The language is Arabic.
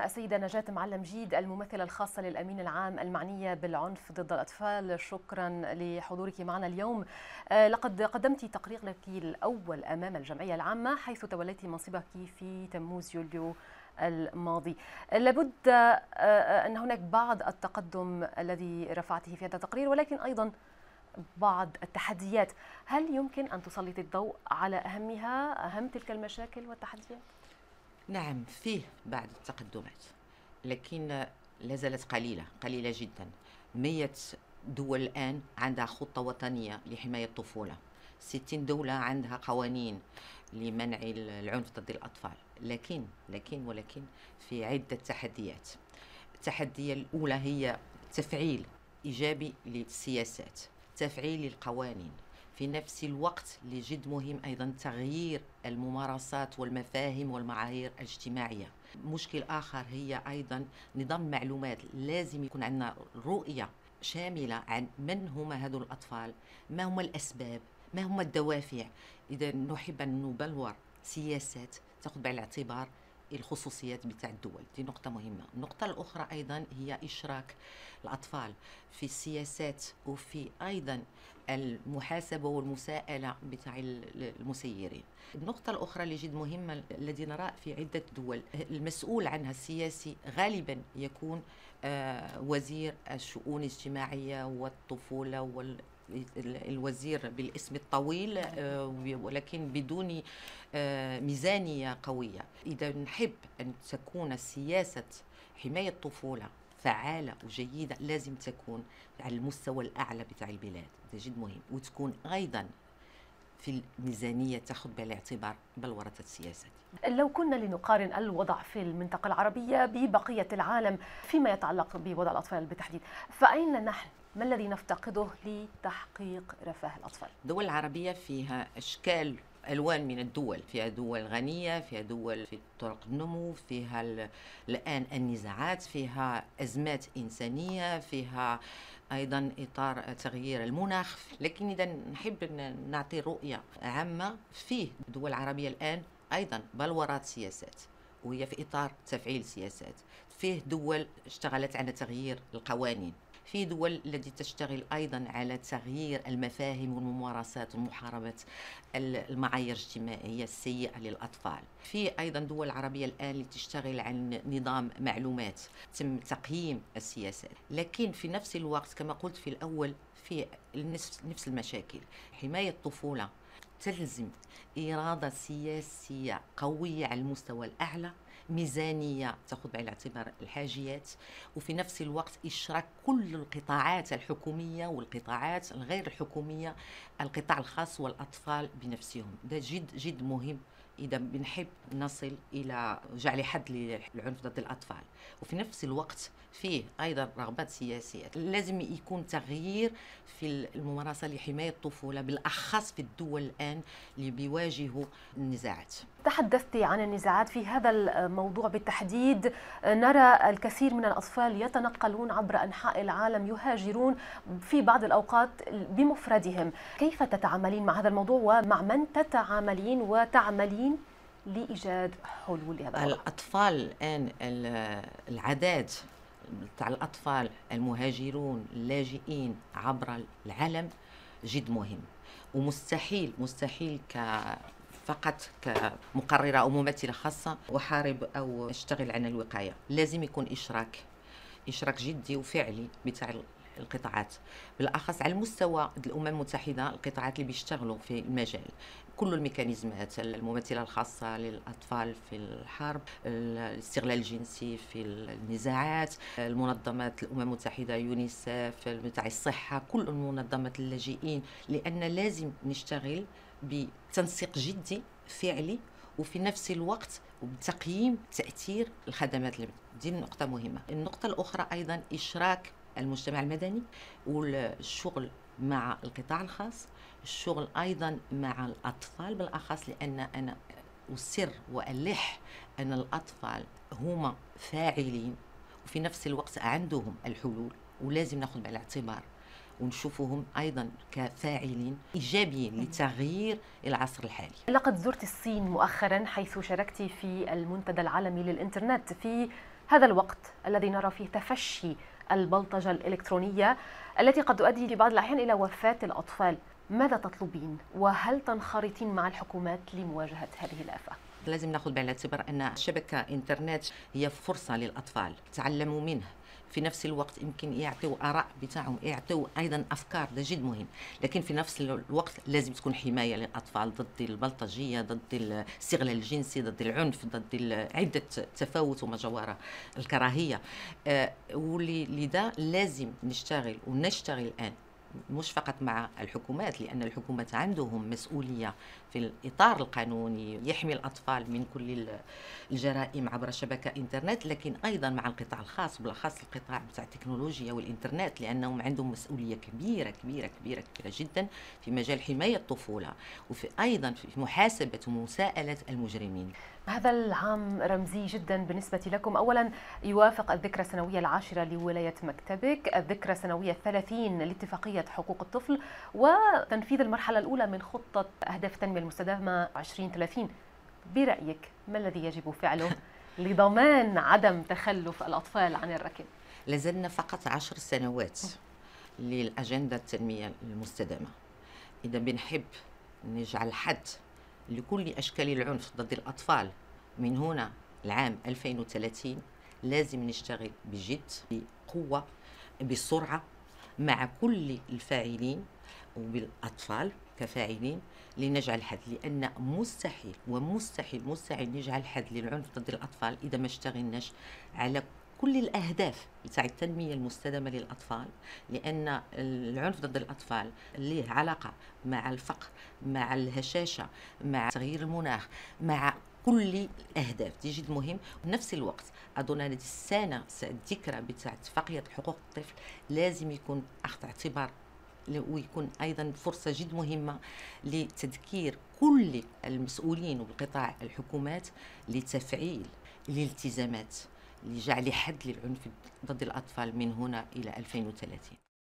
السيدة نجاة معلم-جيد الممثلة الخاصة للأمين العام المعنية بالعنف ضد الأطفال، شكرا لحضورك معنا اليوم. لقد قدمت تقرير لك الأول أمام الجمعية العامة حيث توليت منصبك في تموز يوليو الماضي. لابد أن هناك بعض التقدم الذي رفعته في هذا التقرير، ولكن أيضا بعض التحديات. هل يمكن أن تسلط الضوء على أهم تلك المشاكل والتحديات؟ نعم، فيه بعض التقدمات، لكن لا زالت قليلة جدا. 100 دول الآن عندها خطة وطنية لحماية الطفولة، 60 دولة عندها قوانين لمنع العنف ضد الأطفال، ولكن في عدة تحديات. التحدية الأولى هي تفعيل إيجابي للسياسات، تفعيل القوانين. في نفس الوقت اللي جد مهم أيضا تغيير الممارسات والمفاهيم والمعايير الاجتماعية. مشكل آخر هي أيضا نظام المعلومات، لازم يكون عندنا رؤية شاملة عن من هم هذول الأطفال، ما هم الأسباب، ما هم الدوافع. إذا نحب أن نبلور سياسات تأخذ بعين الاعتبار الخصوصيات بتاع الدول، دي نقطة مهمة. النقطة الأخرى أيضا هي إشراك الأطفال في السياسات وفي أيضا المحاسبة والمساءلة بتاع المسيرين. النقطة الأخرى اللي جد مهمة الذي نرى في عدة دول، المسؤول عنها السياسي غالبا يكون وزير الشؤون الاجتماعية والطفولة الوزير بالاسم الطويل، ولكن بدون ميزانية قوية. إذا نحب أن تكون سياسة حماية الطفولة فعالة وجيدة، لازم تكون على المستوى الأعلى بتاع البلاد، ده جد مهم، وتكون أيضا في الميزانية تأخذ بعين الاعتبار بلورة السياسة. لو كنا لنقارن الوضع في المنطقة العربية ببقية العالم فيما يتعلق بوضع الأطفال بالتحديد، فأين نحن؟ ما الذي نفتقده لتحقيق رفاه الأطفال؟ الدول العربية فيها أشكال ألوان من الدول، فيها دول غنية، فيها دول في طرق النمو، فيها الآن النزاعات، فيها أزمات إنسانية، فيها أيضا إطار تغيير المناخ. لكن إذا نحب نعطي رؤية عامة، فيه دول عربية الآن أيضا بلورات سياسات، وهي في إطار تفعيل سياسات. فيه دول اشتغلت على تغيير القوانين، في دول التي تشتغل أيضا على تغيير المفاهيم والممارسات ومحاربة المعايير الاجتماعية السيئة للأطفال. في أيضا دول عربية الآن اللي تشتغل عن نظام معلومات، تم تقييم السياسات. لكن في نفس الوقت كما قلت في الأول، في نفس المشاكل. حماية الطفولة تلزم إرادة سياسية قوية على المستوى الأعلى، ميزانية تأخذ بعين الاعتبار الحاجيات، وفي نفس الوقت إشراك كل القطاعات الحكومية والقطاعات الغير الحكومية، القطاع الخاص والأطفال بنفسهم. ده جد مهم إذا بنحب نصل إلى جعل حد للعنف ضد الأطفال. وفي نفس الوقت فيه أيضا رغبات سياسية، لازم يكون تغيير في الممارسة لحماية الطفولة، بالأخص في الدول الآن اللي بيواجهوا النزاعات. تحدثت عن النزاعات في هذا الموضوع بالتحديد. نرى الكثير من الأطفال يتنقلون عبر أنحاء العالم، يهاجرون في بعض الأوقات بمفردهم. كيف تتعاملين مع هذا الموضوع، ومع من تتعاملين وتعملين لإيجاد حلول لهذا الموضوع؟ الأطفال الآن، العداد تاع الأطفال المهاجرون اللاجئين عبر العالم جد مهم، ومستحيل فقط كمقررة أو ممثلة خاصة وحارب أو اشتغل عن الوقاية. لازم يكون إشراك جدي وفعلي بتاع القطاعات، بالأخص على المستوى الأمم المتحدة. القطاعات اللي بيشتغلوا في المجال، كل الميكانيزمات، الممثلة الخاصة للأطفال في الحرب، الاستغلال الجنسي في النزاعات، المنظمات الأمم المتحدة، يونيسيف بتاع الصحة، كل المنظمات اللاجئين، لأن لازم نشتغل بتنسيق جدي فعلي، وفي نفس الوقت وبتقييم تأثير الخدمات. دي نقطة مهمة. النقطة الأخرى أيضا إشراك المجتمع المدني والشغل مع القطاع الخاص، الشغل أيضا مع الأطفال بالأخص، لأن أنا أسر وألح أن الأطفال هم فاعلين وفي نفس الوقت عندهم الحلول، ولازم نأخذ بعين الاعتبار ونشوفهم أيضا كفاعلين إيجابيين لتغيير العصر الحالي. لقد زرت الصين مؤخرا حيث شاركت في المنتدى العالمي للإنترنت في هذا الوقت الذي نرى فيه تفشي البلطجة الإلكترونية التي قد تؤدي في بعض الأحيان إلى وفاة الأطفال، ماذا تطلبين وهل تنخرطين مع الحكومات لمواجهة هذه الآفة؟ لازم ناخذ بعين الاعتبار أن شبكة إنترنت هي فرصة للأطفال تعلموا منه، في نفس الوقت يمكن يعطيوا آراء بتاعهم، يعطيوا أيضا أفكار، ده جد مهم. لكن في نفس الوقت لازم تكون حماية للأطفال ضد البلطجية، ضد الاستغلال الجنسي، ضد العنف، ضد عدة تفاوت وما جواره الكراهية. ولذا لازم نشتغل الآن مش فقط مع الحكومات، لأن الحكومات عندهم مسؤولية في الإطار القانوني يحمي الأطفال من كل الجرائم عبر شبكة إنترنت، لكن أيضا مع القطاع الخاص، بالأخص القطاع بتاع التكنولوجيا والإنترنت، لأنهم عندهم مسؤولية كبيرة كبيرة كبيرة كبيرة جدا في مجال حماية الطفولة، وفي أيضا في محاسبة ومساءلة المجرمين. هذا العام رمزي جدا بالنسبة لكم. أولا يوافق الذكرى السنوية العاشرة لولاية مكتبك، الذكرى السنوية 30 لاتفاقية حقوق الطفل، وتنفيذ المرحلة الأولى من خطة أهداف التنمية المستدامة 2030. برأيك ما الذي يجب فعله لضمان عدم تخلف الأطفال عن الركب؟ لازلنا فقط 10 سنوات للأجندة التنمية المستدامة. إذا بنحب نجعل حد لكل أشكال العنف ضد الأطفال من هنا العام 2030 لازم نشتغل بجد، بقوة، بسرعة، مع كل الفاعلين وبالأطفال كفاعلين لنجعل حد، لأن مستحيل ومستحيل مستحيل نجعل حد للعنف ضد الأطفال إذا ما اشتغلناش على كل الأهداف بتاع التنمية المستدامة للأطفال، لأن العنف ضد الأطفال له علاقة مع الفقر، مع الهشاشة، مع تغيير المناخ، مع كل الأهداف دي جد مهم. وبنفس الوقت أظن هذه السنة الذكرى بتاع اتفاقية حقوق الطفل لازم يكون أخذ اعتبار، ويكون أيضا فرصة جد مهمة لتذكير كل المسؤولين وبالقطاع الحكومات لتفعيل الالتزامات لجعل حد للعنف ضد الأطفال من هنا إلى 2030.